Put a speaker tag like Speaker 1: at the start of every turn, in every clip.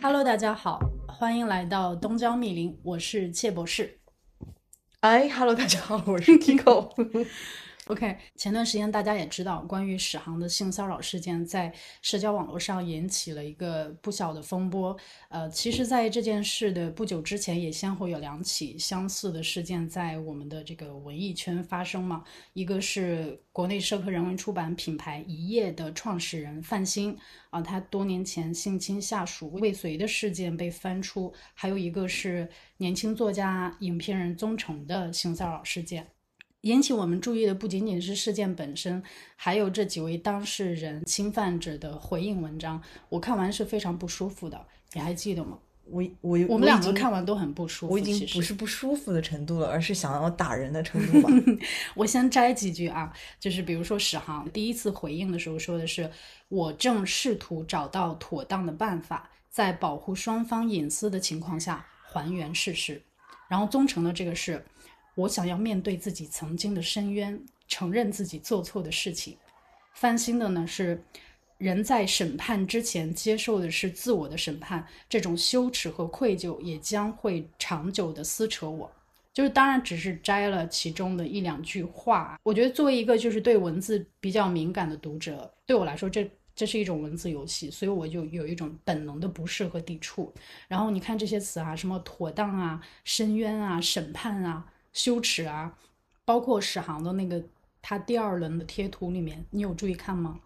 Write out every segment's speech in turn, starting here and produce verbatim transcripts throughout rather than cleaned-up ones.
Speaker 1: Hello，大家好，欢迎来到东郊密林，我是切博士。
Speaker 2: 哎，Hello，大家好，我是 Kiko。
Speaker 1: OK， 前段时间大家也知道，关于史航的性骚扰事件在社交网络上引起了一个不小的风波。呃，其实，在这件事的不久之前，也先后有两起相似的事件在我们的这个文艺圈发生嘛。一个是国内社科人文出版品牌一页的创始人范鑫啊，他多年前性侵下属未遂的事件被翻出；还有一个是年轻作家、影片人宗成的性骚扰事件。引起我们注意的不仅仅是事件本身，还有这几位当事人侵犯者的回应文章。我看完是非常不舒服的，你还记得吗？
Speaker 2: 我我
Speaker 1: 我们两个看完都很不舒服。
Speaker 2: 我已经不是不舒服的程度了，而是想要打人的程度吧。
Speaker 1: 我先摘几句啊，就是比如说史航第一次回应的时候说的是，我正试图找到妥当的办法，在保护双方隐私的情况下还原事实。然后宗成的这个是，我想要面对自己曾经的深渊，承认自己做错的事情。翻新的呢是，人在审判之前接受的是自我的审判，这种羞耻和愧疚也将会长久的撕扯我。就是当然只是摘了其中的一两句话，我觉得作为一个就是对文字比较敏感的读者，对我来说这这是一种文字游戏，所以我就有一种本能的不适和抵触。然后你看这些词啊，什么妥当啊、深渊啊、审判啊、羞耻啊，包括史航的那个他第二轮的贴图里面，你有注意看吗？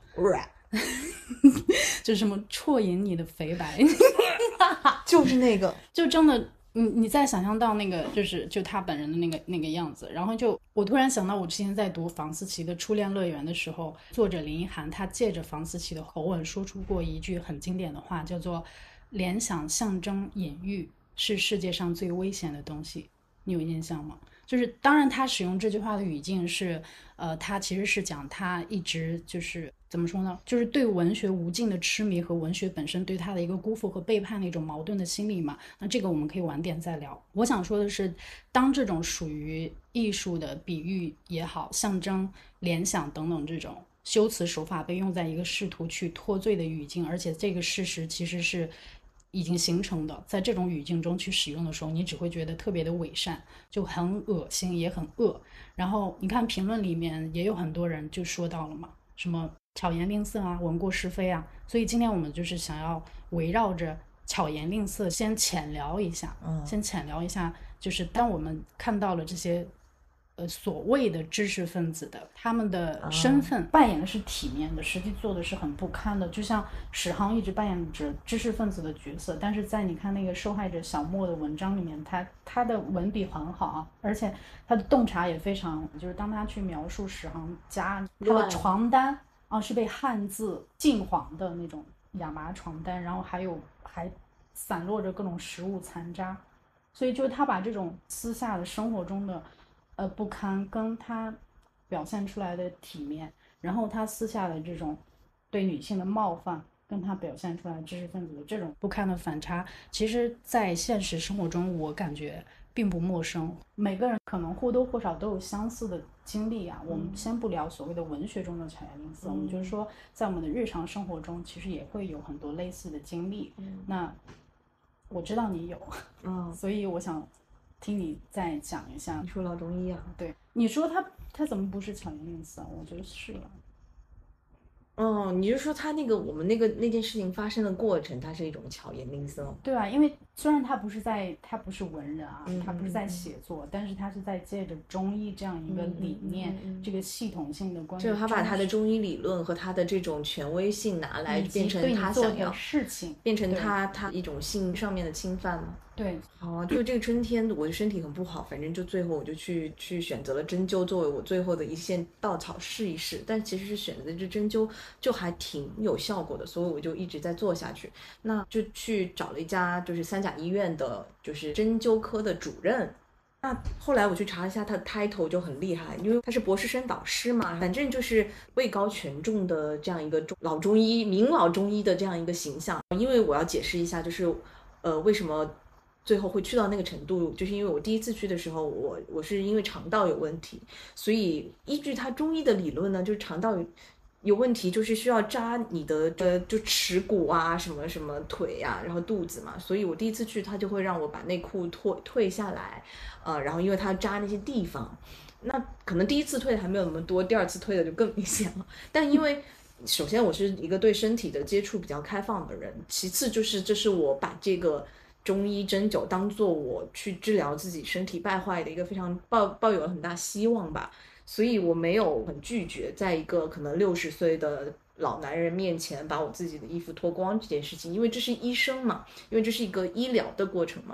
Speaker 1: 就是什么啜饮你的肥白
Speaker 2: 就是那个，
Speaker 1: 就真的你你再想象到那个就是就他本人的那个那个样子，然后就我突然想到我之前在读房思琪的初恋乐园的时候，作者林一涵他借着房思琪的口吻说出过一句很经典的话，叫做联想象征隐喻是世界上最危险的东西，你有印象吗？就是当然他使用这句话的语境是呃，他其实是讲他一直就是怎么说呢，就是对文学无尽的痴迷和文学本身对他的一个辜负和背叛的一种矛盾的心理嘛。那这个我们可以晚点再聊。我想说的是，当这种属于艺术的比喻也好，象征、联想等等这种修辞手法被用在一个试图去脱罪的语境，而且这个事实其实是已经形成的，在这种语境中去使用的时候，你只会觉得特别的伪善，就很恶心也很恶。然后你看评论里面也有很多人就说到了嘛，什么巧言令色啊，闻过是非啊。所以今天我们就是想要围绕着巧言令色先浅聊一下，嗯，先浅聊一下，就是当我们看到了这些呃，所谓的知识分子的他们的身份扮演的是体面的，实际做的是很不堪的。就像史航一直扮演着知识分子的角色，但是在你看那个受害者小莫的文章里面，他他的文笔很好啊，而且他的洞察也非常，就是当他去描述史航家他的床单啊是被汉字浸黄的那种亚麻床单，然后还有还散落着各种食物残渣，所以就是他把这种私下的生活中的呃，不堪跟他表现出来的体面，然后他私下的这种对女性的冒犯，跟他表现出来知识分子的这种不堪的反差，其实在现实生活中我感觉并不陌生，每个人可能或多或少都有相似的经历啊。我们先不聊所谓的文学中的巧言令色，我们就是说在我们的日常生活中其实也会有很多类似的经历。那我知道你有，嗯，所以我想听你再讲一下。
Speaker 2: 你说老中医啊？
Speaker 1: 对，你说他他怎么不是巧言令色？我觉得是了。
Speaker 2: 哦，你就说他那个我们那个那件事情发生的过程，它是一种巧言令色。
Speaker 1: 对啊，因为虽然他不是在他不是文人啊，嗯、他不是在写作，嗯、但是他是在借着中医这样一个理念，嗯嗯嗯、这个系统性的关于，
Speaker 2: 就是他把他的中医理论和他的这种权威性拿来变成他想要
Speaker 1: 事情，
Speaker 2: 变成他他一种性上面的侵犯嘛。
Speaker 1: 对，
Speaker 2: 好啊，就这个春天我的身体很不好，反正就最后我就去去选择了针灸作为我最后的一线稻草试一试，但其实是选择这针灸就还挺有效果的，所以我就一直在做下去。那就去找了一家就是三甲医院的就是针灸科的主任。那后来我去查一下他的 title 就很厉害，因为他是博士生导师嘛，反正就是位高权重的这样一个老中医名老中医的这样一个形象。因为我要解释一下，就是呃为什么最后会去到那个程度，就是因为我第一次去的时候，我我是因为肠道有问题，所以依据他中医的理论呢，就是肠道有问题，就是需要扎你的的就耻骨啊，什么什么腿啊，然后肚子嘛。所以我第一次去，他就会让我把内裤脱退下来，呃，然后因为他要扎那些地方，那可能第一次退的还没有那么多，第二次退的就更明显了。但因为首先我是一个对身体的接触比较开放的人，其次就是这是我把这个中医针灸当做我去治疗自己身体败坏的一个非常抱抱有了很大希望吧。所以我没有很拒绝在一个可能六十岁的老男人面前把我自己的衣服脱光这件事情，因为这是医生嘛，因为这是一个医疗的过程嘛。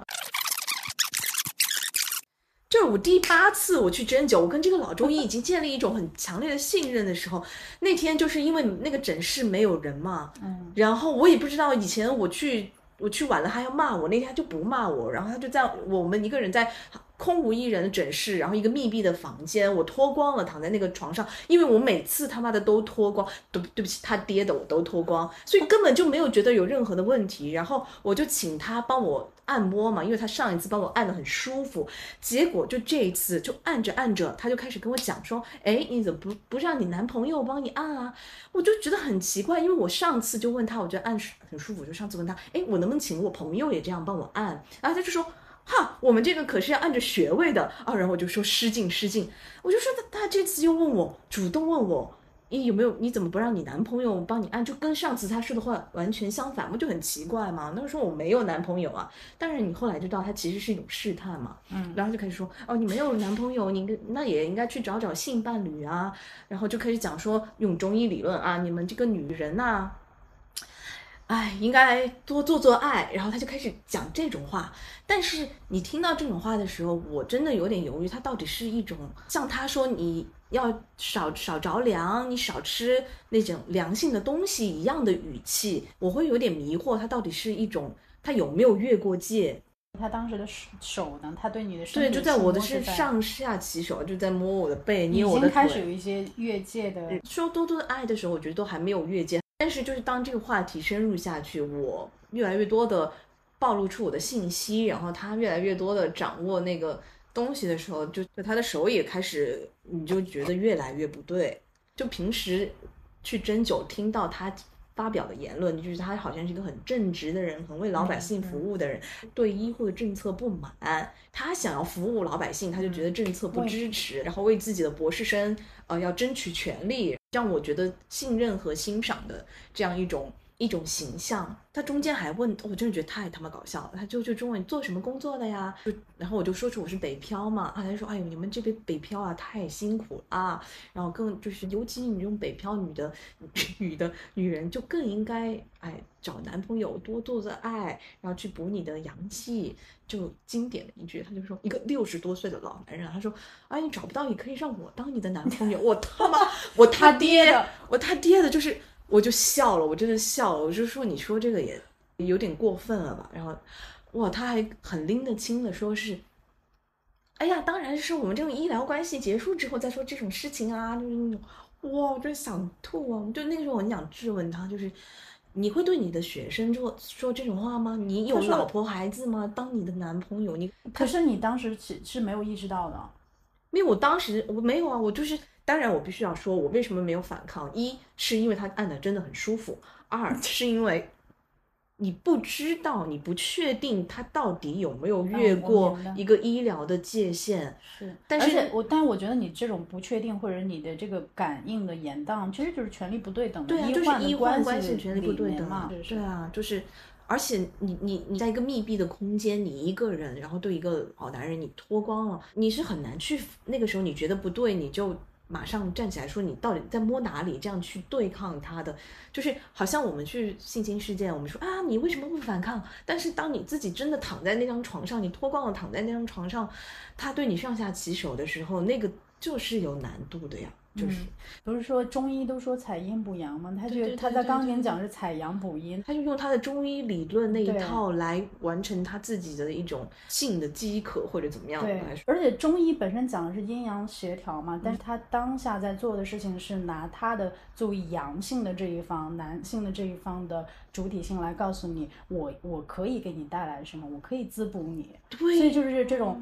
Speaker 2: 就是我第八次我去针灸，我跟这个老中医已经建立一种很强烈的信任的时候，那天就是因为那个诊室没有人嘛，嗯，然后我也不知道以前我去我去晚了他要骂我，那天他就不骂我，然后他就在我们一个人在空无一人的诊室，然后一个密闭的房间，我脱光了躺在那个床上，因为我每次他妈的都脱光，对对不起他爹的我都脱光，所以根本就没有觉得有任何的问题。然后我就请他帮我按摩嘛，因为他上一次帮我按得很舒服，结果就这一次就按着按着他就开始跟我讲说，哎，你怎么不不让你男朋友帮你按啊？我就觉得很奇怪，因为我上次就问他，我觉得按很舒服，就上次问他，哎，我能不能请我朋友也这样帮我按？然后他就说，哈，我们这个可是要按着穴位的啊。然后我就说失敬失敬，我就说他他这次又问我，主动问我，你有没有，你怎么不让你男朋友帮你按？就跟上次他说的话完全相反，不就很奇怪吗？那个时候我没有男朋友啊，当然你后来就知道他其实是一种试探嘛，嗯，然后就开始说，哦，你没有男朋友，你那也应该去找找性伴侣啊，然后就开始讲说用中医理论啊，你们这个女人啊，哎，应该多做做爱，然后他就开始讲这种话。但是你听到这种话的时候，我真的有点犹豫，他到底是一种像他说你要少少着凉，你少吃那种凉性的东西一样的语气，我会有点迷惑，他到底是一种他有没有越过界。
Speaker 1: 他当时的手呢？他对你的身体
Speaker 2: 对，就在我的是上下其手，就在摸我的背，捏我的腿，
Speaker 1: 已经开始有一些越界的。
Speaker 2: 说多多的爱的时候，我觉得都还没有越界。但是就是当这个话题深入下去，我越来越多的暴露出我的信息，然后他越来越多的掌握那个东西的时候，就他的手也开始，你就觉得越来越不对。就平时去针灸听到他发表的言论，就是他好像是一个很正直的人，很为老百姓服务的人，嗯、对医护的政策不满，他想要服务老百姓，他就觉得政策不支持，然后为自己的博士生呃要争取权利，让我觉得信任和欣赏的这样一种一种形象。他中间还问，我真的觉得太他妈搞笑了，他就就中文做什么工作的呀？就然后我就说出我是北漂嘛，啊，他就说，哎呦，你们这边北漂啊太辛苦啊，然后更就是尤其你这种北漂女的女的女人就更应该哎找男朋友多做做爱，然后去补你的阳气。就经典的一句，他就说一个六十多岁的老男人，他说，哎，你找不到也可以让我当你的男朋友。我他妈，我他爹的，我他爹的，就是我就笑了，我真的笑了，我就说你说这个也有点过分了吧？然后哇，他还很拎得清的说是，哎呀，当然是我们这种医疗关系结束之后再说这种事情啊，就是那种哇，我真想吐啊！就那个时候我很想质问他，就是你会对你的学生说说这种话吗？你有老婆孩子吗？当你的男朋友，你
Speaker 1: 可是你当时是是没有意识到的。
Speaker 2: 因为我当时我没有啊，我就是当然我必须要说，我为什么没有反抗？一是因为他按的真的很舒服，二是因为你不知道，你不确定他到底有没有越过一个医疗的界限。
Speaker 1: 是，
Speaker 2: 但是
Speaker 1: 而且我，但我觉得你这种不确定或者你的这个感应的延宕，其实就是权力不对等的，
Speaker 2: 对啊，就是医患关系权力不对等
Speaker 1: 嘛。
Speaker 2: 对啊，就是。而且你你你在一个密闭的空间，你一个人，然后对一个老男人你脱光了，你是很难去那个时候你觉得不对，你就马上站起来说你到底在摸哪里，这样去对抗他的。就是好像我们去性侵事件，我们说啊你为什么不反抗？但是当你自己真的躺在那张床上，你脱光了躺在那张床上，他对你上下其手的时候，那个就是有难度的呀。就是、
Speaker 1: 嗯、不是说中医都说采阴补阳吗？他就他在刚跟你讲是采阳补阴，
Speaker 2: 他就用他的中医理论那一套来完成他自己的一种性的饥渴或者怎么样。
Speaker 1: 对，而且中医本身讲的是阴阳协调嘛，但是他当下在做的事情是拿他的作为阳性的这一方，男性的这一方的主体性来告诉你，我我可以给你带来什么，我可以滋补你。
Speaker 2: 对，
Speaker 1: 所以就是这种。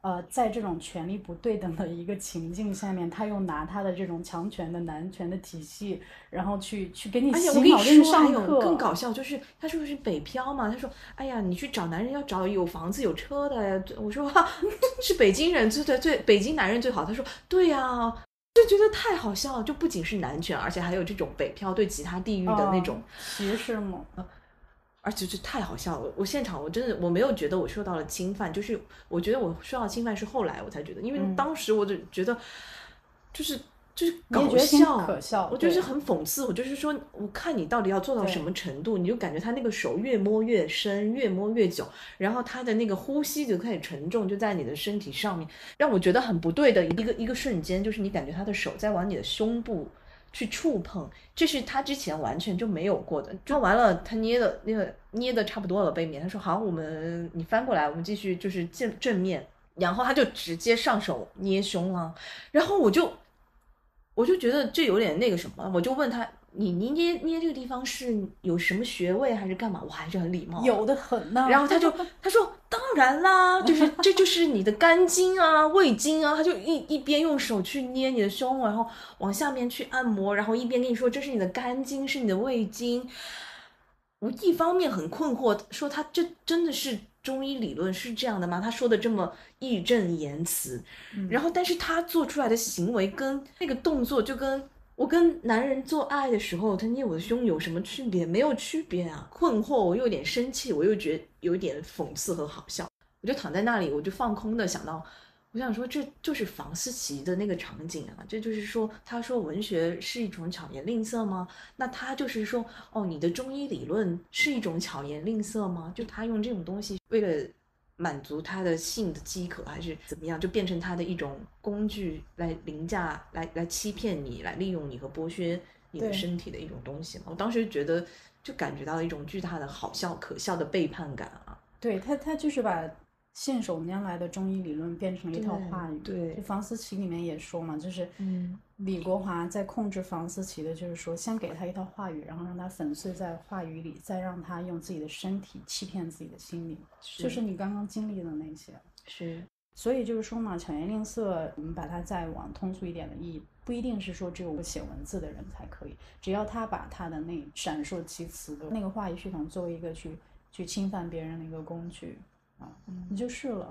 Speaker 1: 呃，在这种权力不对等的一个情境下面，他又拿他的这种强权的男权的体系，然后去去给你洗脑，
Speaker 2: 而且我跟你说，
Speaker 1: 上
Speaker 2: 还有
Speaker 1: 课。
Speaker 2: 更搞笑，就是他说是北漂嘛，他说，哎呀，你去找男人要找有房子有车的呀。我说哈，是北京人最最最北京男人最好。他说对呀、啊，就觉得太好笑了。就不仅是男权，而且还有这种北漂对其他地域的那种
Speaker 1: 歧视吗？
Speaker 2: 而且就太好笑了。我现场我真的我没有觉得我受到了侵犯，就是我觉得我受到侵犯是后来我才觉得，因为当时我就觉得就是就是搞笑，
Speaker 1: 可笑，
Speaker 2: 我就是很讽刺。我就是说，我看你到底要做到什么程度，你就感觉他那个手越摸越深，越摸越久，然后他的那个呼吸就开始沉重，就在你的身体上面，让我觉得很不对的一个一个瞬间，就是你感觉他的手在往你的胸部去触碰，这是他之前完全就没有过的。就完了，他捏的那个捏的差不多了背面，他说好，我们你翻过来，我们继续就是正正面，然后他就直接上手捏胸了，然后我就我就觉得这有点那个什么，我就问他，你你捏捏这个地方是有什么穴位还是干嘛？我还是很礼貌，
Speaker 1: 有的很呢。
Speaker 2: 然后他就他说当然啦，就是这就是你的肝经啊、胃经啊，他就一一边用手去捏你的胸，然后往下面去按摩，然后一边跟你说这是你的肝经，是你的胃经。我一方面很困惑，说他这真的是中医理论是这样的吗？他说的这么义正言辞，
Speaker 1: 嗯、
Speaker 2: 然后但是他做出来的行为跟那个动作就跟我跟男人做爱的时候他捏我的胸有什么区别？没有区别啊！困惑，我又有点生气，我又觉得有点讽刺和好笑。我就躺在那里，我就放空的想到，我想说这就是房思琪的那个场景啊，这就是说他说文学是一种巧言令色吗？那他就是说哦，你的中医理论是一种巧言令色吗？就他用这种东西为了满足他的性的饥渴还是怎么样，就变成他的一种工具来凌驾来来欺骗你，来利用你和剥削你的身体的一种东西嘛。我当时觉得就感觉到了一种巨大的好笑可笑的背叛感啊。
Speaker 1: 对他他就是把信手拈来的中医理论变成了一套话语。
Speaker 2: 对，
Speaker 1: 就房思琪里面也说嘛，就是李国华在控制房思琪的，就是说先给他一套话语，然后让他粉碎在话语里，再让他用自己的身体欺骗自己的心灵，是就是你刚刚经历的那些。
Speaker 2: 是，
Speaker 1: 所以就是说嘛，巧言令色，我们把它再往通俗一点的意义，不一定是说只有写文字的人才可以，只要他把他的那闪烁其词的那个话语系统作为一个去去侵犯别人的一个工具啊，你就是了。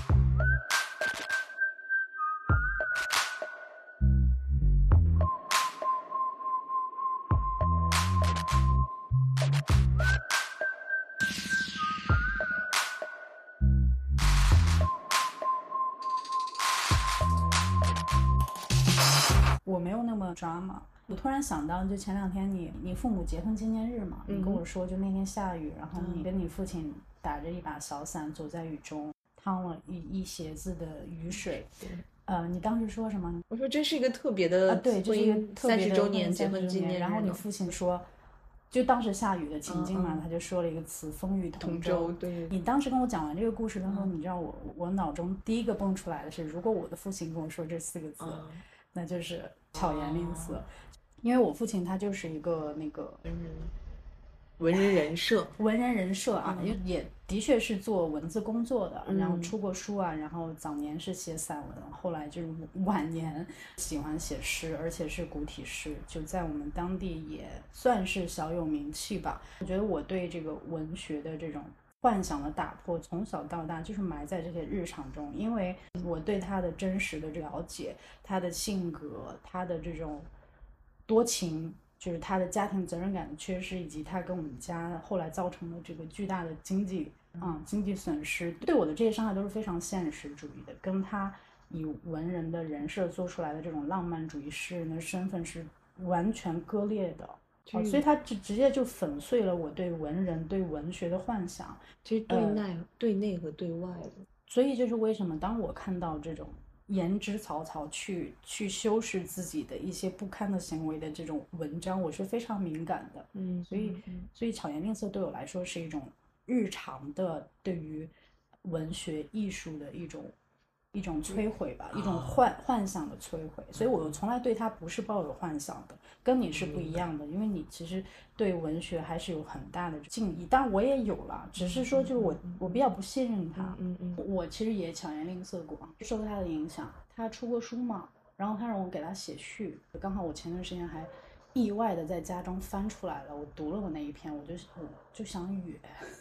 Speaker 1: 我没有那么抓嘛。我突然想到，就前两天你你父母结婚纪念日嘛，你跟我说就那天下雨，然后你跟你父亲打着一把小伞走在雨中，趟了一一鞋子的雨水。呃，你当时说什么？
Speaker 2: 我说这是一个特别的，
Speaker 1: 啊，对，这是一个特别的
Speaker 2: 三十周年结婚纪念日。
Speaker 1: 然后你父亲说，就当时下雨的情境嘛，嗯嗯他就说了一个词“风雨同舟”。
Speaker 2: 同舟，对。
Speaker 1: 你当时跟我讲完这个故事的时候，嗯、你知道我我脑中第一个蹦出来的是，如果我的父亲跟我说这四个字，嗯、那就是巧言令色。哦，因为我父亲他就是一个那个
Speaker 2: 嗯。文人人设，
Speaker 1: 文人人设啊，嗯、也的确是做文字工作的，
Speaker 2: 嗯、
Speaker 1: 然后出过书啊，然后早年是写散文，后来就是晚年喜欢写诗，而且是古体诗，就在我们当地也算是小有名气吧。我觉得我对这个文学的这种幻想的打破，从小到大就是埋在这些日常中，因为我对他的真实的了解，他的性格，他的这种多情。就是他的家庭责任感的缺失，以及他跟我们家后来造成的这个巨大的经济嗯经济损失，对我的这些伤害都是非常现实主义的，跟他以文人的人设做出来的这种浪漫主义诗人的身份是完全割裂的。哦、所以他直直接就粉碎了我对文人对文学的幻想，
Speaker 2: 其实对内、呃、对内和对外的。
Speaker 1: 所以就是为什么当我看到这种言之凿凿去去修饰自己的一些不堪的行为的这种文章，我是非常敏感的。
Speaker 2: 嗯，
Speaker 1: 所以所以巧言令色对我来说是一种日常的对于文学艺术的一种一种摧毁吧，一种幻幻想的摧毁，所以我从来对它不是抱有幻想的，跟你是不一样的，因为你其实对文学还是有很大的敬意，当然我也有了，只是说就是我我比较不信任它。
Speaker 2: 嗯嗯，
Speaker 1: 我其实也巧言令色过，受他的影响，他出过书嘛，然后他让我给他写序，刚好我前段时间还意外的在家中翻出来了，我读了我那一篇，我就我就想哕。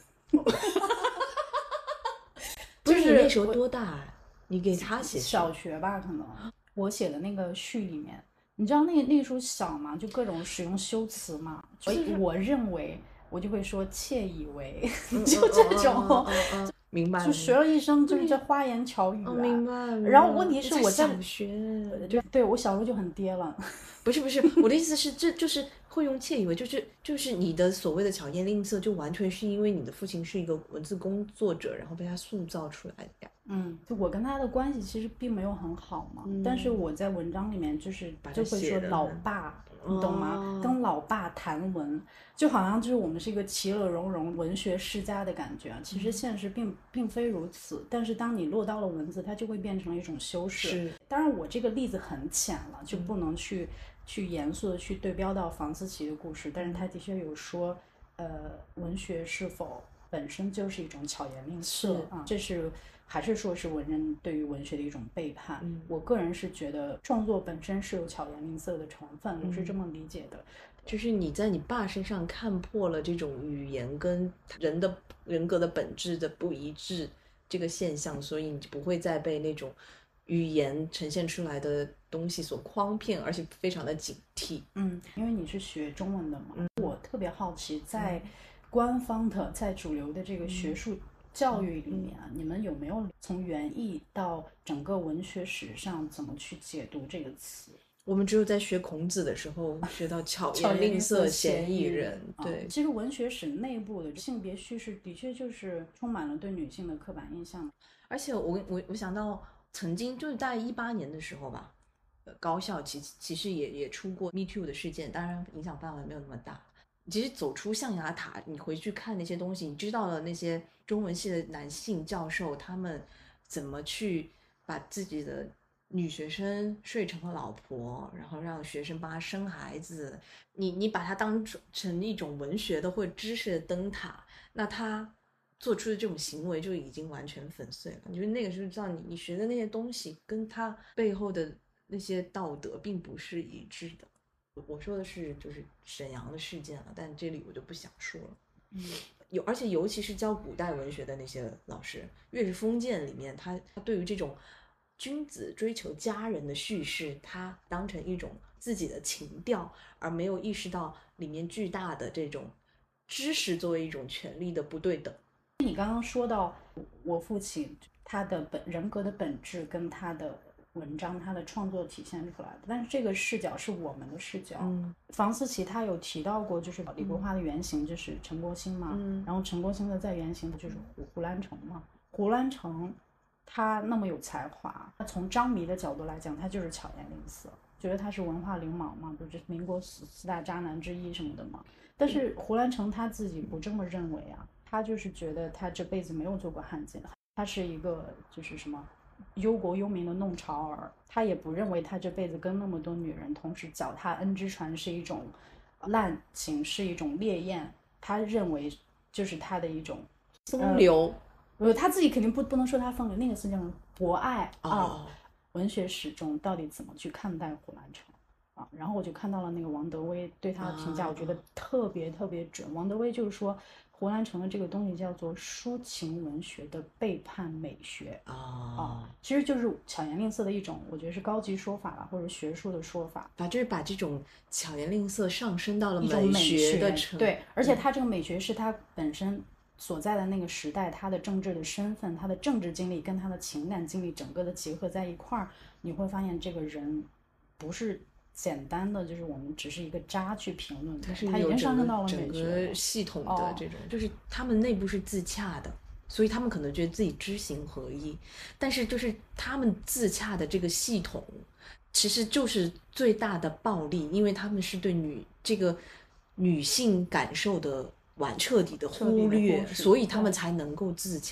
Speaker 2: 不是你那时候多大啊？你给他写
Speaker 1: 小学吧，可能我写的那个序里面，你知道那那时候小嘛，就各种使用修辞嘛，所以我认为我就会说窃以为，就这种。
Speaker 2: 嗯嗯嗯嗯明白了，
Speaker 1: 就学了一生就是这花言巧语啊。
Speaker 2: 哦、明白了。
Speaker 1: 然后问题是我
Speaker 2: 在小学，
Speaker 1: 对对，我小时候就很跌了。
Speaker 2: 不是不是，我的意思是，这就是会用窃以为，就是就是你的所谓的巧言令色，就完全是因为你的父亲是一个文字工作者，然后被他塑造出来的呀。
Speaker 1: 嗯，就我跟他的关系其实并没有很好嘛，嗯、但是我在文章里面就是就会说老爸，你懂吗？哦、跟老爸谈文，就好像就是我们是一个其乐融融文学世家的感觉啊。其实现实并并非如此，但是当你落到了文字，它就会变成了一种修饰。
Speaker 2: 是，
Speaker 1: 当然我这个例子很浅了，就不能去、嗯、去严肃的去对标到房思琪的故事，但是他的确有说，呃，文学是否本身就是一种巧言令色啊？这是。还是说是文人对于文学的一种背叛、嗯、我个人是觉得创作本身是有巧言令色的成分、嗯、我是这么理解的。
Speaker 2: 就是你在你爸身上看破了这种语言跟人的人格的本质的不一致这个现象，所以你不会再被那种语言呈现出来的东西所诓骗，而且非常的警惕。
Speaker 1: 嗯，因为你是学中文的嘛、嗯、我特别好奇在官方的在主流的这个学术、嗯教育里面啊，你们有没有从原意到整个文学史上怎么去解读这个词？
Speaker 2: 我们只有在学孔子的时候学到巧言令色嫌疑人。对、
Speaker 1: 嗯，其实文学史内部的性别叙事的确就是充满了对女性的刻板印象。
Speaker 2: 而且我我我想到曾经就是在一八年的时候吧，高校其其实也也出过 Me Too 的事件，当然影响范围没有那么大。其实走出象牙塔，你回去看那些东西，你知道了那些中文系的男性教授他们怎么去把自己的女学生睡成了老婆，然后让学生帮他生孩子，你你把它当成一种文学的或者知识的灯塔，那他做出的这种行为就已经完全粉碎了。你就那个时候知道你你学的那些东西跟他背后的那些道德并不是一致的。我说的是就是沈阳的事件了，但这里我就不想说了。嗯，有而且尤其是教古代文学的那些老师，《月是封建》里面，他他对于这种君子追求佳人的叙事，他当成一种自己的情调，而没有意识到里面巨大的这种知识作为一种权力的不对等。
Speaker 1: 你刚刚说到我父亲他的本人格的本质跟他的文章他的创作体现出来的，但是这个视角是我们的视角。嗯，房思琪他有提到过，就是李国华的原型就是陈国兴嘛，嗯，然后陈国兴的再原型就是胡胡兰成嘛。胡兰成他那么有才华，从张弥的角度来讲，他就是巧言令色，觉得他是文化流氓嘛，不是民国四四大渣男之一什么的嘛。但是胡兰成他自己不这么认为啊，他就是觉得他这辈子没有做过汉奸，他是一个就是什么忧国忧民的弄潮儿，他也不认为他这辈子跟那么多女人同时脚踏恩之船是一种滥情，是一种烈焰，他认为就是他的一种
Speaker 2: 风流。
Speaker 1: 呃，他自己肯定不不能说他风流，那个是叫博爱啊、
Speaker 2: 哦。
Speaker 1: 文学史中到底怎么去看待胡兰成啊？然后我就看到了那个王德威对他的评价，我觉得特别特别准。王德威就是说胡兰成的这个东西叫做抒情文学的背叛美学啊、哦，其实就是巧言令色的一种，我觉得是高级说法了，或者学术的说法，
Speaker 2: 把就是把这种巧言令色上升到了
Speaker 1: 美
Speaker 2: 学的程度。
Speaker 1: 对，而且它这个美学是它本身所在的那个时代，它的政治的身份，它的政治经历跟它的情感经历整个的结合在一块儿，你会发现这个人不是简单的就是我们只是一个渣去评论的，它已经上升到了美学
Speaker 2: 整个系统的这种、哦、就是他们内部是自洽的，所以他们可能觉得自己知行合一，但是就是他们自洽的这个系统其实就是最大的暴力，因为他们是对女这个女性感受的完彻底的忽略，所以他们才能够自洽。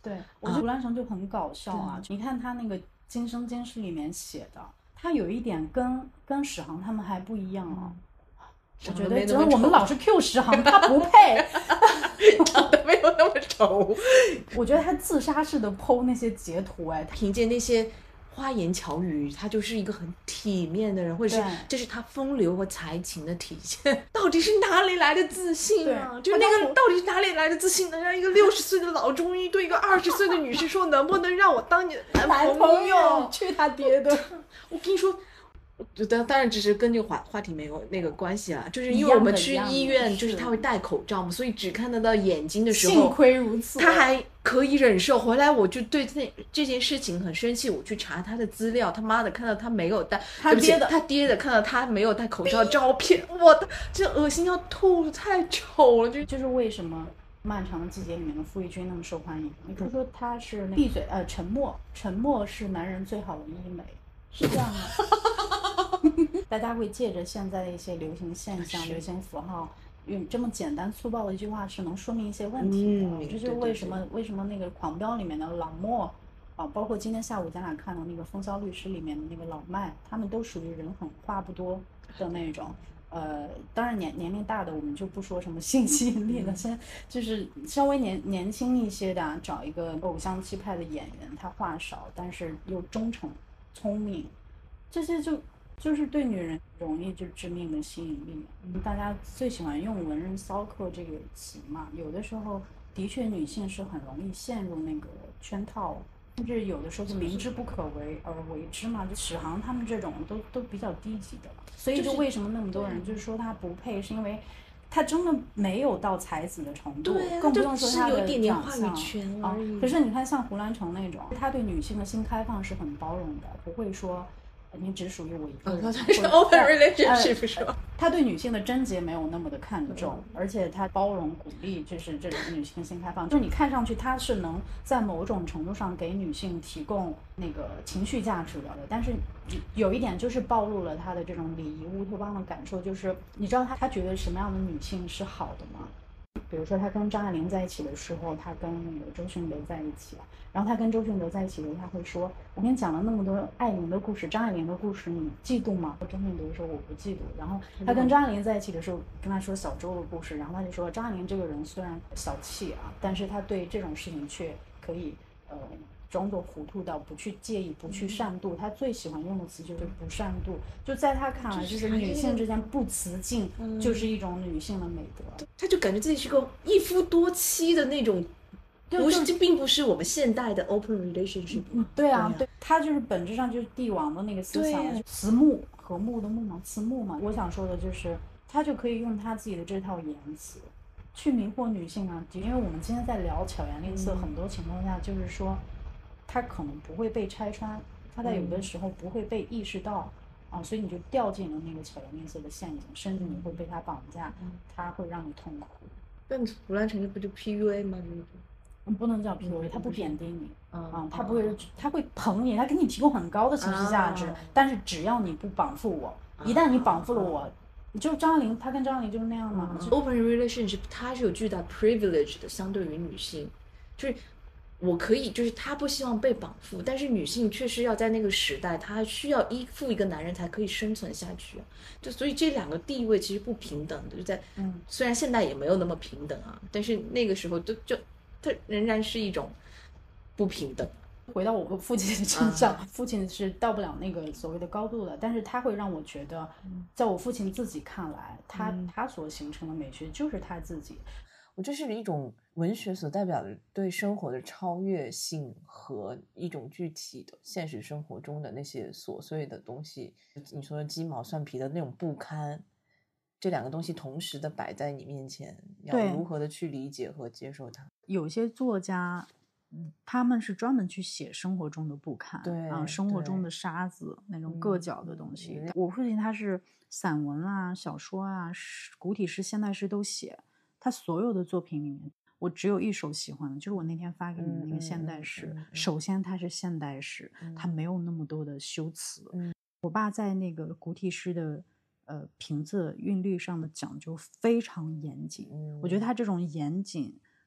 Speaker 1: 对，我觉得胡兰成就很搞笑啊。你看他那个《今生今世》里面写的，他有一点跟跟史航他们还不一样啊。我觉得，只要我们老是 Q 史航，他不配，
Speaker 2: 长得没有那么丑。
Speaker 1: 我觉得他自杀式的 po 那些截图，哎，
Speaker 2: 凭借那些花言巧语，他就是一个很体面的人，或者是这是他风流和才情的体现。到底是哪里来的自信啊？就那个到底是哪里来的自信，能让一个六十岁的老中医对一个二十岁的女士说，能不能让我当你的男朋友？
Speaker 1: 去他爹的！
Speaker 2: 我跟你说。当当然只是跟这个话话题没有那个关系啊，就是因为我们去医院，就是他会戴口罩嘛，所以只看得到眼睛的时候，
Speaker 1: 幸亏如此，
Speaker 2: 他还可以忍受。回来我就对这这件事情很生气，我去查他的资料，他妈的看到他没有戴，
Speaker 1: 他爹的
Speaker 2: 他爹的看到他没有戴口罩照片，我的这恶心要吐，太丑了。就
Speaker 1: 就是为什么漫长的季节里面的傅艺军那么受欢迎？你不说他是那闭嘴呃沉默，沉默是男人最好的医美，是这样的。大家会借着现在的一些流行现象、流行符号，用这么简单粗暴的一句话是能说明一些问题的。嗯、这就是为什么为什么那个《狂飙》里面的老莫啊，包括今天下午咱俩看的那个《风骚律师》里面的那个老麦，他们都属于人狠话不多的那种。呃，当然年年龄大的我们就不说什么性吸引力了，现在就是稍微年年轻一些的、啊，找一个偶像气派的演员，他话少，但是又忠诚、聪明，这些就。就是对女人容易就致命的吸引力，大家最喜欢用文人骚客这个词嘛，有的时候的确女性是很容易陷入那个圈套，甚至有的时候是明知不可为而为之嘛，就史航他们这种都都比较低级的了，所以就为什么那么多人就是说他不配，是因为他真的没有到才子的程度，
Speaker 2: 对、啊，
Speaker 1: 更不用说他的长相
Speaker 2: 啊。
Speaker 1: 可是你看像胡兰成那种，他对女性的新开放是很包容的，不会说你只属于我一个人，
Speaker 2: 他是 open relationship 是吧？
Speaker 1: 他对女性的贞洁没有那么的看重，而且他包容鼓励，就是这种女性新开放。就是你看上去他是能在某种程度上给女性提供那个情绪价值的，但是有一点就是暴露了他的这种礼仪乌托邦的感受，就是你知道他他觉得什么样的女性是好的吗？比如说他跟张爱玲在一起的时候，他跟那个周迅德在一起，然后他跟周迅德在一起的时候，他会说，我跟你讲了那么多爱玲的故事，张爱玲的故事，你嫉妒吗？周迅德说我不嫉妒。然后他跟张爱玲在一起的时候，跟他说小周的故事，然后他就说张爱玲这个人虽然小气啊，但是他对这种事情却可以呃装作糊涂到不去介意，不去善妒。他最喜欢用的词就是不善妒，就在他看来，就是女性之间不雌竞，就是一种女性的美德。
Speaker 2: 他就感觉自己是个一夫多妻的那种，不是，这并不是我们现代的 open relationship。
Speaker 1: 嗯，对啊，对，他就是本质上就是帝王的那个思想，慈睦和睦的睦嘛，慈睦嘛。我想说的就是，他就可以用他自己的这套言辞去迷惑女性啊，因为我们今天在聊巧言令色，很多情况下就是说。它可能不会被拆穿，它在有的时候不会被意识到、嗯、啊，所以你就掉进了那个巧言令色的陷阱，甚至你会被它绑架，它会让你痛苦。
Speaker 2: 但胡兰成不就 P U A 吗？
Speaker 1: 嗯，不能叫 P U A， 它不贬低你，啊，它不会，它会捧你，它给你提供很高的情绪价值，啊、但是只要你不绑缚我，一旦你绑缚了我。你就张爱玲，她跟张爱玲就是那样嘛。
Speaker 2: 嗯、open relationship 它是有巨大 privilege 的，相对于女性，就是。我可以，就是她不希望被绑缚，但是女性确实要在那个时代，她需要依附一个男人才可以生存下去，就所以这两个地位其实不平等的，就在，嗯，虽然现在也没有那么平等啊，但是那个时候就就它仍然是一种不平等。
Speaker 1: 回到我父亲身上、啊、父亲是到不了那个所谓的高度的，但是他会让我觉得，在我父亲自己看来，他、嗯、他所形成的美学就是他自己。
Speaker 2: 我这是一种文学所代表的对生活的超越性和一种具体的现实生活中的那些琐碎的东西，你说鸡毛蒜皮的那种不堪，这两个东西同时的摆在你面前，要如何的去理解和接受它。
Speaker 1: 有些作家他们是专门去写生活中的不堪，
Speaker 2: 对
Speaker 1: 啊，生活中的沙子那种硌脚的东西、嗯、我父亲他是散文啊、小说啊、古体诗、现代诗都写，他所有的作品里面我只有一首喜欢的，就是我那天发给你的那个现代诗、嗯嗯嗯、首先它是现代诗、嗯、它没有那么多的修辞、嗯、我爸在那个古体诗的呃平仄韵律上的讲究非常严谨、嗯、我觉得他这种严谨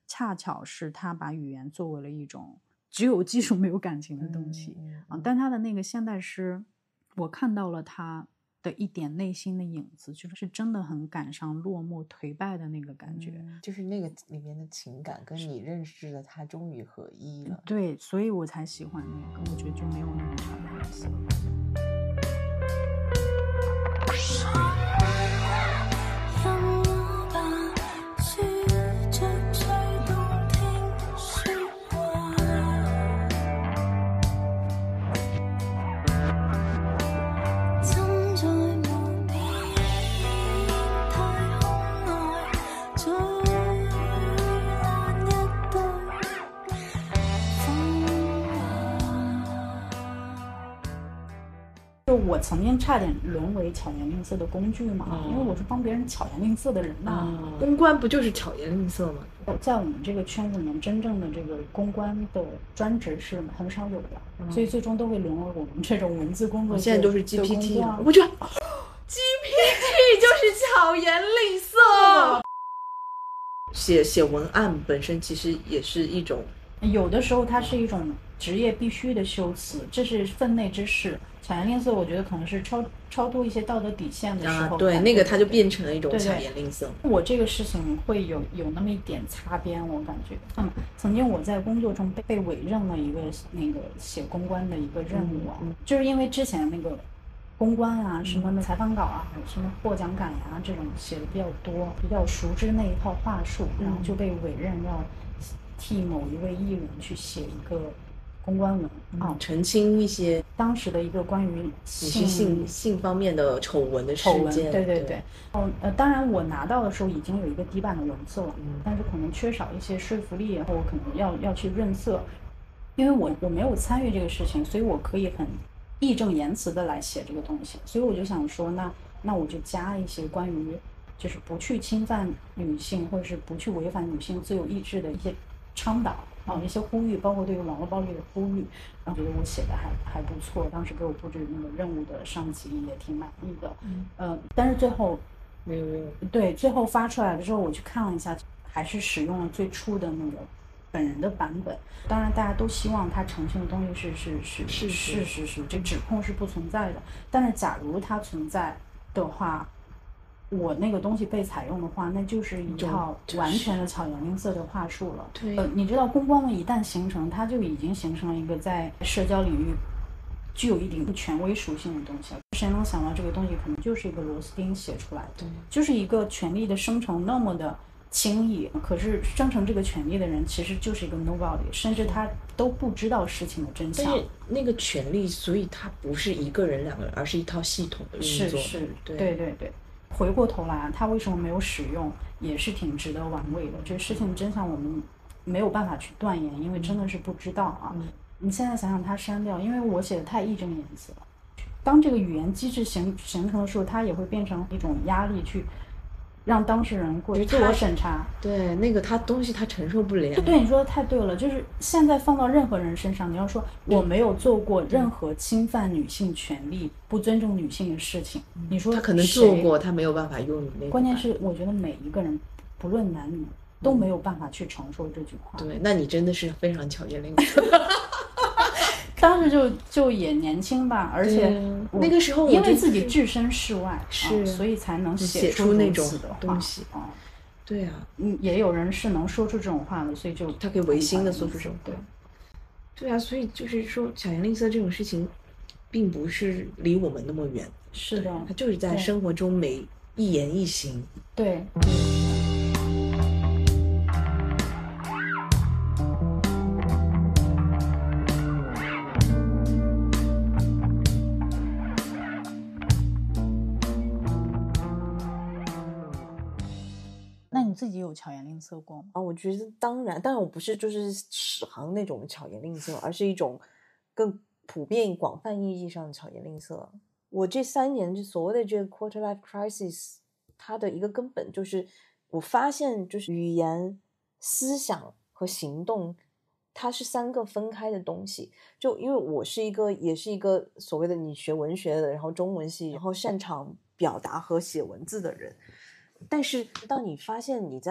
Speaker 1: 恰巧是他把语言作为了一种只有技术没有感情的东西、
Speaker 2: 嗯嗯
Speaker 1: 啊，但他的那个现代诗，我看到了他的一点内心的影子，就是真的很感伤、落寞、颓败的那个感觉、
Speaker 3: 嗯、就是那个里面的情感跟你认识的他终于合一了。
Speaker 1: 对，所以我才喜欢那个，我觉得就没有那么差的意思。就我曾经差点沦为巧言令色的工具嘛、嗯、因为我是帮别人巧言令色的人呐、
Speaker 2: 嗯。公关不就是巧言令色吗？
Speaker 1: 在我们这个圈子里面，真正的这个公关的专职是很少有的、嗯、所以最终都会沦为我们这种文字工作者。
Speaker 2: 现在都是 G P T
Speaker 1: 了，
Speaker 2: 我觉得 G P T 就是巧言令色。写写文案本身其实也是一种，
Speaker 1: 有的时候它是一种职业必须的修辞，这是分内之事。巧言令色我觉得可能是超超脱一些道德底线的时候、
Speaker 2: 啊、对，那个它就变成了一种巧言令色。
Speaker 1: 对对，我这个事情会有有那么一点擦边，我感觉。嗯，曾经我在工作中被被委任了一个那个写公关的一个任务啊、嗯嗯、就是因为之前那个公关啊什么的采访稿啊、嗯、什么获奖感言啊这种写的比较多，比较熟知那一套话术、嗯、然后就被委任要替某一位艺人去写一个公关文啊、
Speaker 2: 嗯，澄清一些
Speaker 1: 当时的一个关于
Speaker 2: 性性性方面的丑闻的事件。
Speaker 1: 对对对。哦呃，当然我拿到的时候已经有一个底板的文字了，嗯，但是可能缺少一些说服力，然后我可能要要去润色，因为我我没有参与这个事情，所以我可以很义正言辞的来写这个东西，所以我就想说，那那我就加一些关于就是不去侵犯女性或者是不去违反女性自由意志的一些倡导啊，一些呼吁，包括对于网络暴力的呼吁，然后觉得我写的还还不错，当时给我布置那个任务的上级也挺满意的，嗯，呃，但是最后
Speaker 2: 没有没有，
Speaker 1: 对，最后发出来的时候我去看了一下，还是使用了最初的那个本人的版本。当然大家都希望他呈现的东西是是是是是是是这指控是不存在的，但是假如它存在的话，我那个东西被采用的话，那就是一套完全的巧言令色的话术了。
Speaker 2: 对、
Speaker 1: 呃，你知道公关文一旦形成，它就已经形成了一个在社交领域具有一定权威属性的东西了。谁能想到这个东西可能就是一个螺丝钉写出来的，就是一个权力的生成那么的轻易，可是生成这个权利的人其实就是一个 nobody， 甚至他都不知道事情的真相。
Speaker 2: 但是那个权利，所以他不是一个人两个人，而是一套系统的运作。
Speaker 1: 是是，
Speaker 2: 对
Speaker 1: 对对对。回过头来，他为什么没有使用，也是挺值得玩味的。这事情真相我们没有办法去断言，因为真的是不知道啊。嗯、你现在想想，他删掉，因为我写的太义正言辞了。当这个语言机制形形成的时候，它也会变成一种压力，去让当事人过去自我审查。
Speaker 2: 对，那个他东西他承受不了。
Speaker 1: 对，你说的太对了，就是现在放到任何人身上，你要说我没有做过任何侵犯女性权利、不尊重女性的事情，嗯、你说
Speaker 2: 他可能做过，他没有办法用你那个。
Speaker 1: 关键是我觉得每一个人，不论男女，都没有办法去承受这句话。
Speaker 2: 对，那你真的是非常巧言令色。
Speaker 1: 当时就就也年轻吧，而且
Speaker 2: 那个时候
Speaker 1: 因为自己置身事外，
Speaker 2: 是、
Speaker 1: 啊、所以才能
Speaker 2: 写
Speaker 1: 出
Speaker 2: 那种
Speaker 1: 东西
Speaker 2: 啊。对啊，
Speaker 1: 嗯，也有人是能说出这种话的，所以就
Speaker 2: 他可以违心的说出这种
Speaker 1: 对。
Speaker 2: 对啊，所以就是说巧言令色这种事情，并不是离我们那么远。
Speaker 1: 是的，
Speaker 2: 它就是在生活中每一言一行。
Speaker 1: 对。那你自己有巧言令色过吗？
Speaker 3: 啊，我觉得当然，当然我不是就是史行那种巧言令色，而是一种更普遍广泛意义上的巧言令色。我这三年就所谓的这个 quarter life crisis， 它的一个根本就是我发现就是语言、思想和行动它是三个分开的东西。就因为我是一个也是一个所谓的你学文学的，然后中文系，然后擅长表达和写文字的人，但是当你发现你在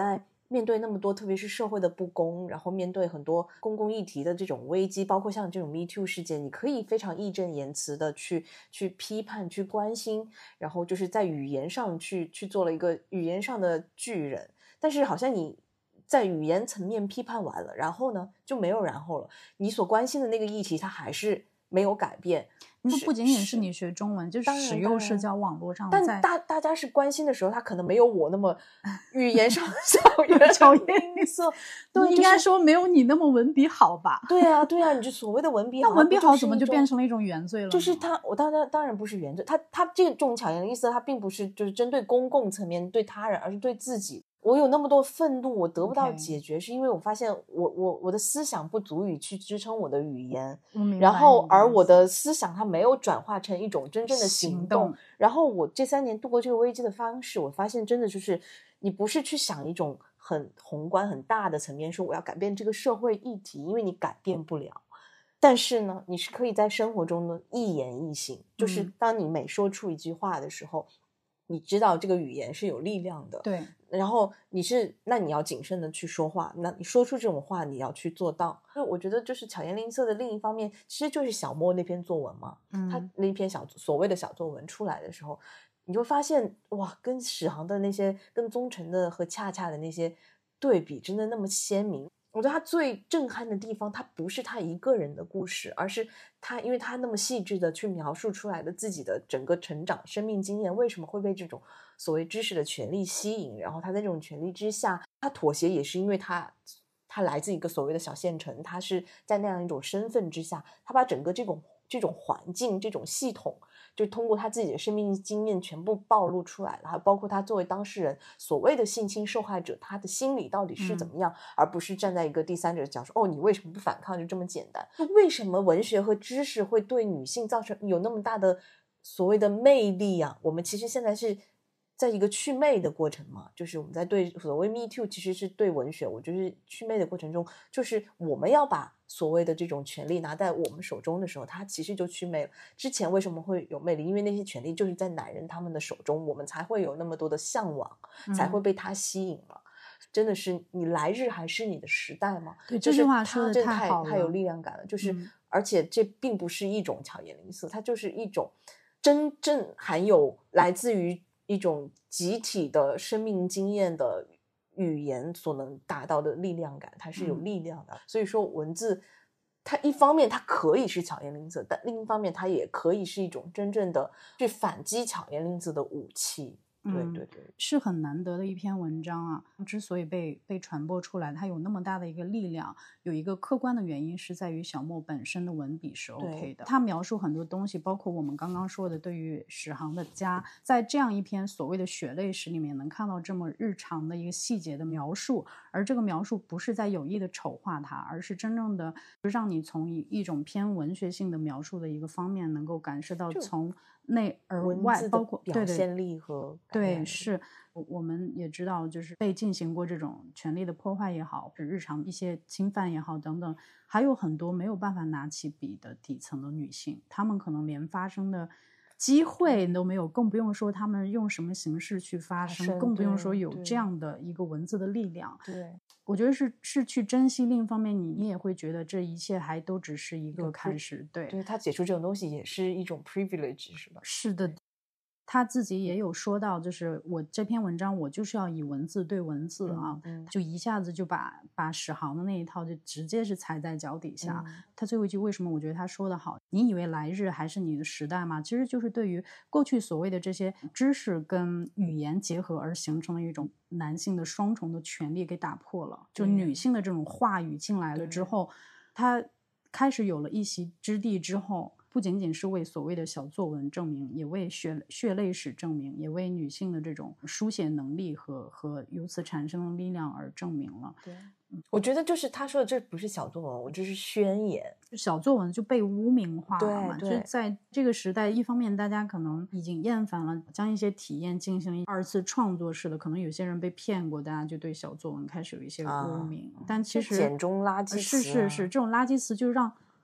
Speaker 3: 面对那么多特别是社会的不公，然后面对很多公共议题的这种危机，包括像这种 Me Too 事件，你可以非常义正言辞的去去批判去关心，然后就是在语言上去去做了一个语言上的巨人。但是好像你在语言层面批判完了，然后呢就没有然后了，你所关心的那个议题它还是没有改变。
Speaker 1: 不不仅仅是你学中文，就是使用社交网络上，
Speaker 3: 但大大家是关心的时候，他可能没有我那么语言上巧言巧言色，对，
Speaker 1: 应该说没有你那么文笔好吧？
Speaker 3: 对啊，对啊，你就所谓的文笔好，
Speaker 1: 那文笔好怎么就变成了一种原罪了？
Speaker 3: 就是他，我当然当然不是原罪，他他这种巧言令色，他并不是就是针对公共层面对他人，而是对自己。我有那么多愤怒，我得不到解决，
Speaker 1: okay.
Speaker 3: 是因为我发现我我我的思想不足以去支撑我的语言，然后而我的思想它没有转化成一种真正的行动。
Speaker 1: 行动
Speaker 3: 然后我这三年度过这个危机的方式，我发现真的就是你不是去想一种很宏观很大的层面，说我要改变这个社会议题，因为你改变不了。但是呢，你是可以在生活中呢一言一行，就是当你每说出一句话的时候，嗯，你知道这个语言是有力量的，
Speaker 1: 对，
Speaker 3: 然后你是那你要谨慎的去说话，那你说出这种话你要去做到。所以我觉得就是巧言令色的另一方面，其实就是小莫那篇作文嘛，嗯，他那篇小所谓的小作文出来的时候，你就发现哇，跟史航的那些跟宗辰的和恰恰的那些对比真的那么鲜明。我觉得他最震撼的地方，他不是他一个人的故事，而是他因为他那么细致的去描述出来的自己的整个成长生命经验，为什么会被这种所谓知识的权利吸引，然后他在这种权利之下他妥协，也是因为他他来自一个所谓的小县城，他是在那样一种身份之下，他把整个这种这种环境这种系统就通过他自己的生命经验全部暴露出来了，还包括他作为当事人所谓的性侵受害者他的心理到底是怎么样，嗯，而不是站在一个第三者的角度说哦你为什么不反抗，就这么简单。为什么文学和知识会对女性造成有那么大的所谓的魅力啊？我们其实现在是在一个祛魅的过程嘛，就是我们在对所谓 Me Too 其实是对文学，我觉得祛魅的过程中，就是我们要把所谓的这种权利拿在我们手中的时候，它其实就祛魅了。之前为什么会有魅力？因为那些权利就是在男人他们的手中，我们才会有那么多的向往，嗯，才会被他吸引了。真的是你来日还是你的时代吗？
Speaker 1: 对，
Speaker 3: 就是
Speaker 1: 这句话说的太好了，
Speaker 3: 太有力量感了。就是，
Speaker 1: 嗯，
Speaker 3: 而且这并不是一种巧言令色，它就是一种真正含有来自于一种集体的生命经验的语言所能达到的力量感，它是有力量的。嗯，所以说文字它一方面它可以是巧言令色，但另一方面它也可以是一种真正的去反击巧言令色的武器。对对对，
Speaker 1: 嗯，是很难得的一篇文章啊。之所以被被传播出来，它有那么大的一个力量，有一个客观的原因是在于小莫本身的文笔是 OK 的。他描述很多东西，包括我们刚刚说的对于史航的家，在这样一篇所谓的血泪史里面能看到这么日常的一个细节的描述，而这个描述不是在有意的丑化它，而是真正的让你从一种偏文学性的描述的一个方面能够感受到从内而外，包括
Speaker 3: 表现力和
Speaker 1: 对，是我们也知道，就是被进行过这种权力的破坏也好，是日常一些侵犯也好等等，还有很多没有办法拿起笔的底层的女性，她们可能连发声的机会都没有，更不用说她们用什么形式去发声，更不用说有这样的一个文字的力量。
Speaker 3: 对，
Speaker 1: 我觉得是是去珍惜，另一方面你你也会觉得这一切还都只是一个开始。对，
Speaker 3: 对，他解除这种东西也是一种 privilege 是吧？
Speaker 1: 是的，他自己也有说到，就是我这篇文章我就是要以文字对文字啊，
Speaker 3: 嗯嗯，
Speaker 1: 就一下子就把把史航的那一套就直接是踩在脚底下。
Speaker 3: 嗯，
Speaker 1: 他最后一句为什么我觉得他说的好，你以为来日还是你的时代吗？其实就是对于过去所谓的这些知识跟语言结合而形成的一种男性的双重的权利给打破了，就女性的这种话语进来了之后，他开始有了一席之地之后，不仅仅是为所谓的小作文证明，也为血血泪史证明，也为女性的这种书写能力和和由此产生的力量而证明了。
Speaker 3: 对，我觉得就是他说的这不是小作文，我这是宣言。
Speaker 1: 小作文就被污名化了嘛，
Speaker 3: 对对，
Speaker 1: 就是在这个时代，一方面大家可能已经厌烦了将一些体验进行了二次创作式的，可能有些人被骗过，大家就对小作文开始有一些污名，啊，但其实
Speaker 3: 简中垃圾词，啊，
Speaker 1: 是是是，这种垃圾词就让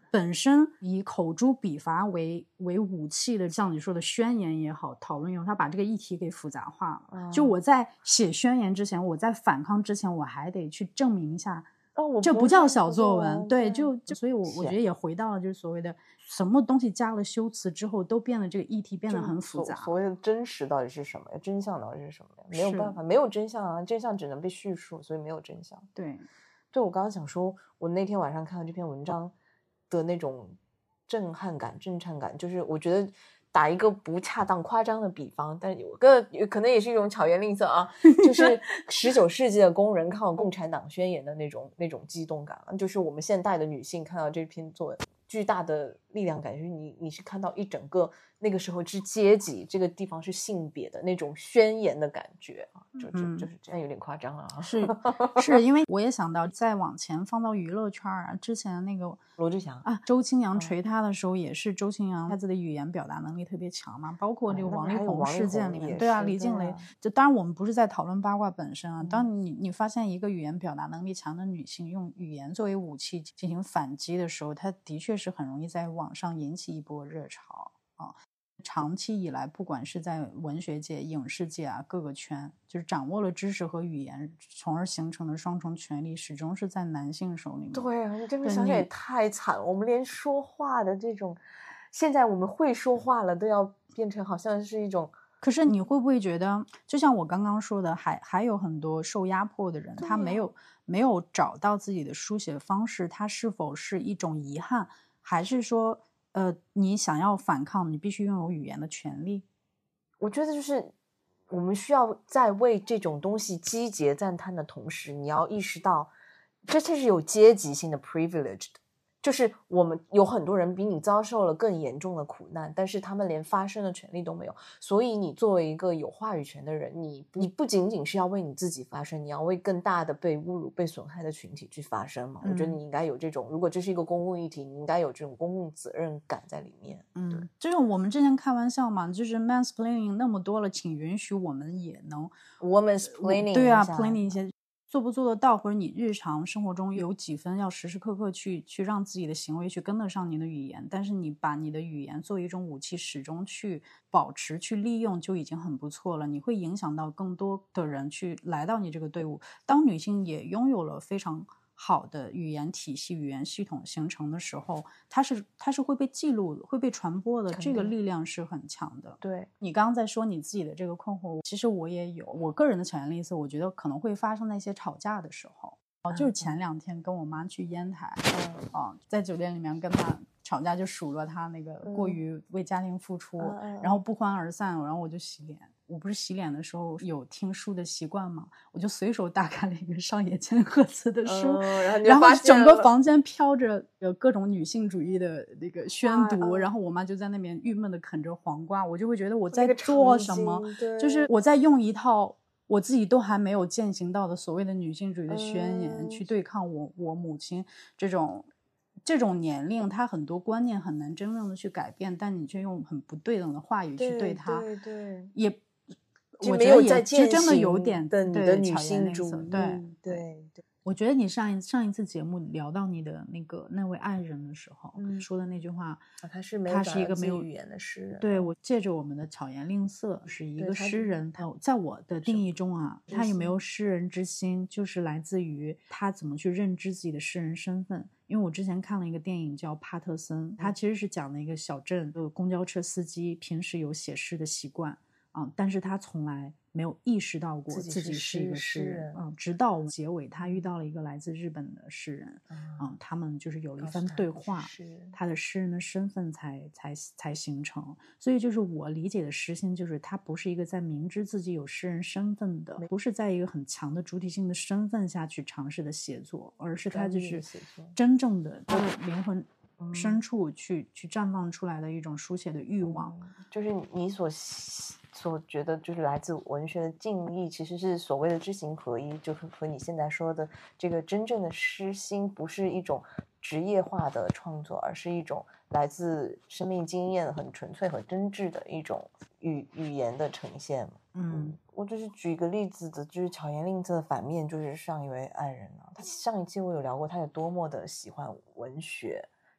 Speaker 1: 本身以口诛笔伐为为武器的，像你说的宣言也好，讨论也好，他把这个议题给复杂化了。
Speaker 3: 嗯、
Speaker 1: 就我在写宣言之前，我在反抗之前，我还得去证明一下。
Speaker 3: 哦，我
Speaker 1: 这不叫小作文，
Speaker 3: 文
Speaker 1: 对，就就所以我，我觉得也回到了就是所谓的什么东西加了修辞之后，都变得这个议题变得很复杂。
Speaker 3: 所, 所谓的真实到底是什么呀？真相到底是什么呀？没有办法，没有真相啊，真相只能被叙述，所以没有真相。
Speaker 1: 对，
Speaker 3: 对，我刚刚想说，我那天晚上看到这篇文章的那种震撼感、震颤感，就是我觉得。打一个不恰当夸张的比方，但有个可能也是一种巧言令色啊，就是十九世纪的工人看到共产党宣言的那种那种激动感，就是我们现代的女性看到这篇作文巨大的力量感，就是你你是看到一整个那个时候是阶级，这个地方是性别的那种宣言的感觉啊，就就就是这样有点夸张了啊。
Speaker 1: 是是，因为我也想到再往前放到娱乐圈啊，之前那个
Speaker 3: 罗志祥
Speaker 1: 啊，周青阳锤他的时候也是周青阳他自己的语言表达能力特别强嘛，包括这个王力宏事件里面，对啊，李静蕾，就当然我们不是在讨论八卦本身啊，当你你发现一个语言表达能力强的女性用语言作为武器进行反击的时候，她的确是很容易在网上引起一波热潮啊。长期以来不管是在文学界、影视界啊各个圈，就是掌握了知识和语言从而形成的双重权力始终是在男性手里面。
Speaker 3: 对啊，你这么想想也太惨了，我们连说话的这种现在我们会说话了都要变成好像是一种。
Speaker 1: 可是你会不会觉得就像我刚刚说的，还还有很多受压迫的人、啊、他没有没有找到自己的书写方式，他是否是一种遗憾，还是说呃，你想要反抗，你必须拥有语言的权利？
Speaker 3: 我觉得就是我们需要在为这种东西击节赞叹的同时，你要意识到这是有阶级性的 privilege 的，就是我们有很多人比你遭受了更严重的苦难，但是他们连发声的权利都没有。所以你作为一个有话语权的人，你你不仅仅是要为你自己发声，你要为更大的被侮辱、被损害的群体去发声嘛。嗯、我觉得你应该有这种，如果这是一个公共议题，你应该有这种公共责任感在里面。
Speaker 1: 嗯，就是我们之前开玩笑嘛，就是 mansplaining 那么多了，请允许我们也能
Speaker 3: womansplaining
Speaker 1: 对啊 ，plaining 一些。做不做得到，或者你日常生活中有几分要时时刻刻去去让自己的行为去跟得上你的语言，但是你把你的语言作为一种武器始终去保持去利用就已经很不错了，你会影响到更多的人去来到你这个队伍。当女性也拥有了非常好的语言体系、语言系统形成的时候，它是它是会被记录、会被传播的，这个力量是很强的。
Speaker 3: 对，
Speaker 1: 你刚刚在说你自己的这个困惑，其实我也有。我个人的巧言令色，我觉得可能会发生在一些吵架的时候。哦、嗯，就是前两天跟我妈去烟台，嗯，哦，在酒店里面跟她吵架，就数落她那个过于为家庭付出，嗯、然后不欢而散，然后我就洗脸。我不是洗脸的时候有听书的习惯嘛，我就随手打开了一个上野千鹤子的书、
Speaker 3: 嗯、然后,
Speaker 1: 然后整个房间飘着各种女性主义的那个宣读、啊、然后我妈就在那边郁闷的啃着黄瓜，我就会觉得我在做什么、那個、就是我在用一套我自己都还没有践行到的所谓的女性主义的宣言、嗯、去对抗我我母亲这种这种年龄，他很多观念很难真正的去改变，但你却用很不对等的话语去对他，
Speaker 3: 对对对，
Speaker 1: 也
Speaker 3: 我觉得也
Speaker 1: 就真的有点
Speaker 3: 的你的女性主义，
Speaker 1: 对
Speaker 3: 对对。
Speaker 1: 我觉得你上一上一次节目聊到你的那个那位爱人的时候、嗯、说的那句话、
Speaker 3: 啊、他是没有
Speaker 1: 他是一个没有
Speaker 3: 语言的诗人。
Speaker 1: 对，我借着我们的巧言令色是一个诗人，他在我的定义中啊，他有没有诗人之心，就是来自于他怎么去认知自己的诗人身份。因为我之前看了一个电影叫帕特森，他其实是讲的一个小镇的公交车司机平时有写诗的习惯啊，但是他从来没有意识到过自己是一个诗人，嗯，直到结尾他遇到了一个来自日本的诗人，嗯，嗯他们就是有了一番对话，他的诗人的身份才才才形成。所以就是我理解的诗心，就是他不是一个在明知自己有诗人身份的，不是在一个很强的主体性的身份下去尝试的写作，而是他就是真正的他的灵魂深处去、嗯、去绽放出来的一种书写的欲望、
Speaker 3: 嗯、就是你所所觉得就是来自文学的敬意，其实是所谓的知行合一，就是和你现在说的这个真正的诗心不是一种职业化的创作，而是一种来自生命经验很纯粹和真挚的一种语语言的呈现。
Speaker 1: 嗯，
Speaker 3: 我就是举一个例子的，就是巧言令色的反面就是上一位爱人啊，他上一期我有聊过他有多么的喜欢文学，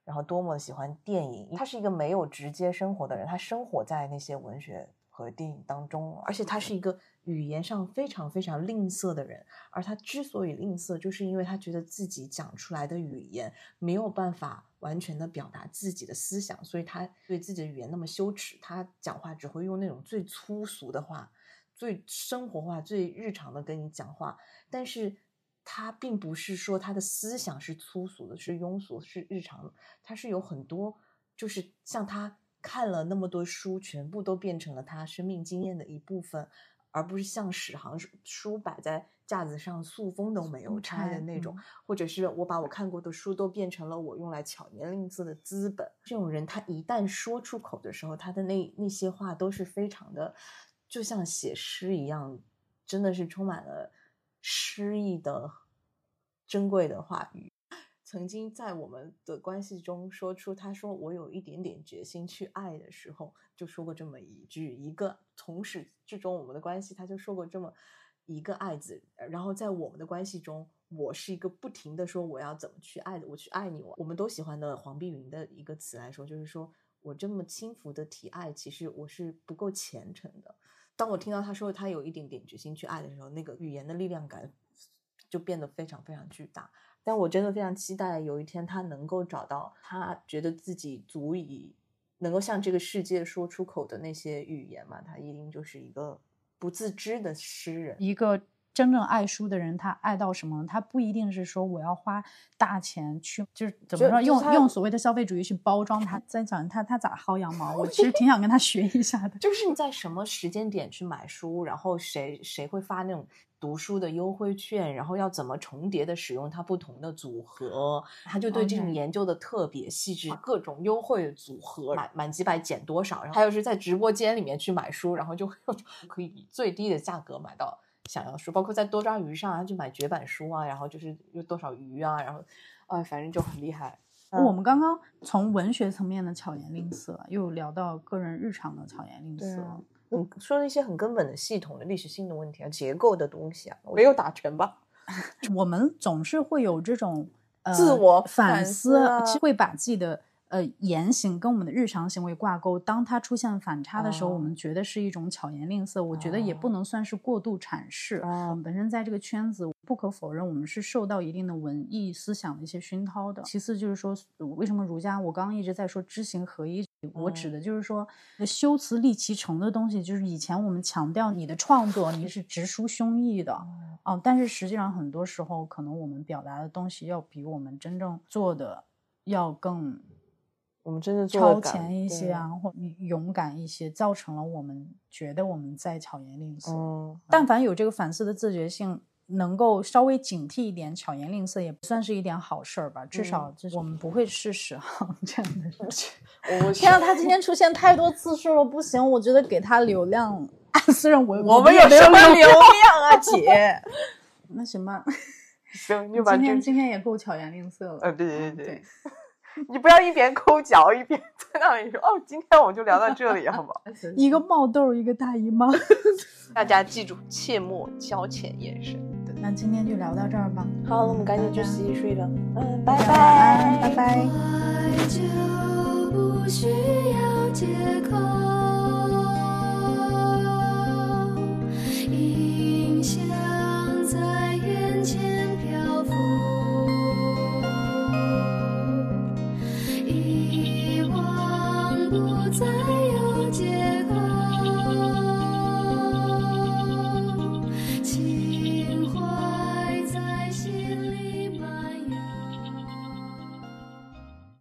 Speaker 3: 然后多么喜欢电影。他是一个没有直接生活的人，他生活在那些文学和电影当中，而且他是一个语言上非常非常吝啬的人。而他之所以吝啬，就是因为他觉得自己讲出来的语言没有办法完全的表达自己的思想，所以他对自己的语言那么羞耻，他讲话只会用那种最粗俗的话，最生活化最日常的跟你讲话。但是他并不是说他的思想是粗俗的，是庸俗，是日常的，他是有很多就是像他看了那么多书全部都变成了他生命经验的一部分，而不是像史航书摆在架子上塑封都没有拆的那种、嗯、或者是我把我看过的书都变成了我用来巧言令色的资本。这种人他一旦说出口的时候，他的那那些话都是非常的就像写诗一样，真的是充满了诗意的珍贵的话语。曾经在我们的关系中说出他说我有一点点决心去爱的时候，就说过这么一句，一个从始至终我们的关系他就说过这么一个爱字。然后在我们的关系中，我是一个不停的说我要怎么去爱的，我去爱你。我们都喜欢的黄碧云的一个词来说，就是说我这么轻浮的提爱，其实我是不够虔诚的。当我听到他说他有一点点决心去爱的时候，那个语言的力量感就变得非常非常巨大。但我真的非常期待有一天他能够找到他觉得自己足以能够向这个世界说出口的那些语言嘛，他一定就是一个不自知的诗人。
Speaker 1: 一个真正爱书的人，他爱到什么？他不一定是说我要花大钱去，就是怎么说，用用所谓的消费主义去包装他。在讲他他咋薅羊毛，我其实挺想跟他学一下的。
Speaker 3: 就是你在什么时间点去买书，然后谁谁会发那种读书的优惠券，然后要怎么重叠的使用它不同的组合，他就对这种研究的特别细致， okay. 各种优惠的组合，满满几百减多少，然后还有是在直播间里面去买书，然后就可以以最低的价格买到想要书，包括在多抓鱼上啊，就买绝版书啊，然后就是有多少鱼啊，然后啊、呃，反正就很厉害。
Speaker 1: 嗯、我们刚刚从文学层面的巧言令色，又聊到个人日常的巧言令色。
Speaker 3: 嗯，说了一些很根本的系统的历史性的问题啊，结构的东西啊，没有打成吧？
Speaker 1: 我们总是会有这种呃
Speaker 3: 自我
Speaker 1: 反思，
Speaker 3: 啊、
Speaker 1: 会把自己的呃言行跟我们的日常行为挂钩。当它出现反差的时候，哦、我们觉得是一种巧言令色，我觉得也不能算是过度阐释。哦、我们本身在这个圈子，不可否认我们是受到一定的文艺思想的一些熏陶的。其次就是说，为什么儒家我刚刚一直在说知行合一，我指的就是说修辞立其成的东西，就是以前我们强调你的创作你是直抒胸臆的、哦、但是实际上很多时候可能我们表达的东西要比我们真正做的要更
Speaker 3: 我们真的
Speaker 1: 超前一些啊，或勇敢一些，造成了我们觉得我们在巧言令色、嗯、但凡有这个反思的自觉性，能够稍微警惕一点巧言令色，也不算是一点好事儿吧。至少我们不会是史航这样的人。我天啊，他今天出现太多次数了，不行，我觉得给他流量。虽然我
Speaker 3: 我们有什么流量啊，姐？
Speaker 1: 那行吧。
Speaker 3: 行，你把
Speaker 1: 今天今天也够巧言令色了。
Speaker 3: 呃，对对 对, 对。你不要一边抠脚一边在那里说哦，今天我们就聊到这里，好不好？
Speaker 1: 一个冒豆，一个大姨妈。
Speaker 3: 大家记住，切莫交浅言深。
Speaker 1: 那今天就聊到这儿吧。
Speaker 3: 好，我们赶紧去洗洗睡了。嗯，拜拜，
Speaker 1: 拜拜。
Speaker 4: 爱就不需要借口。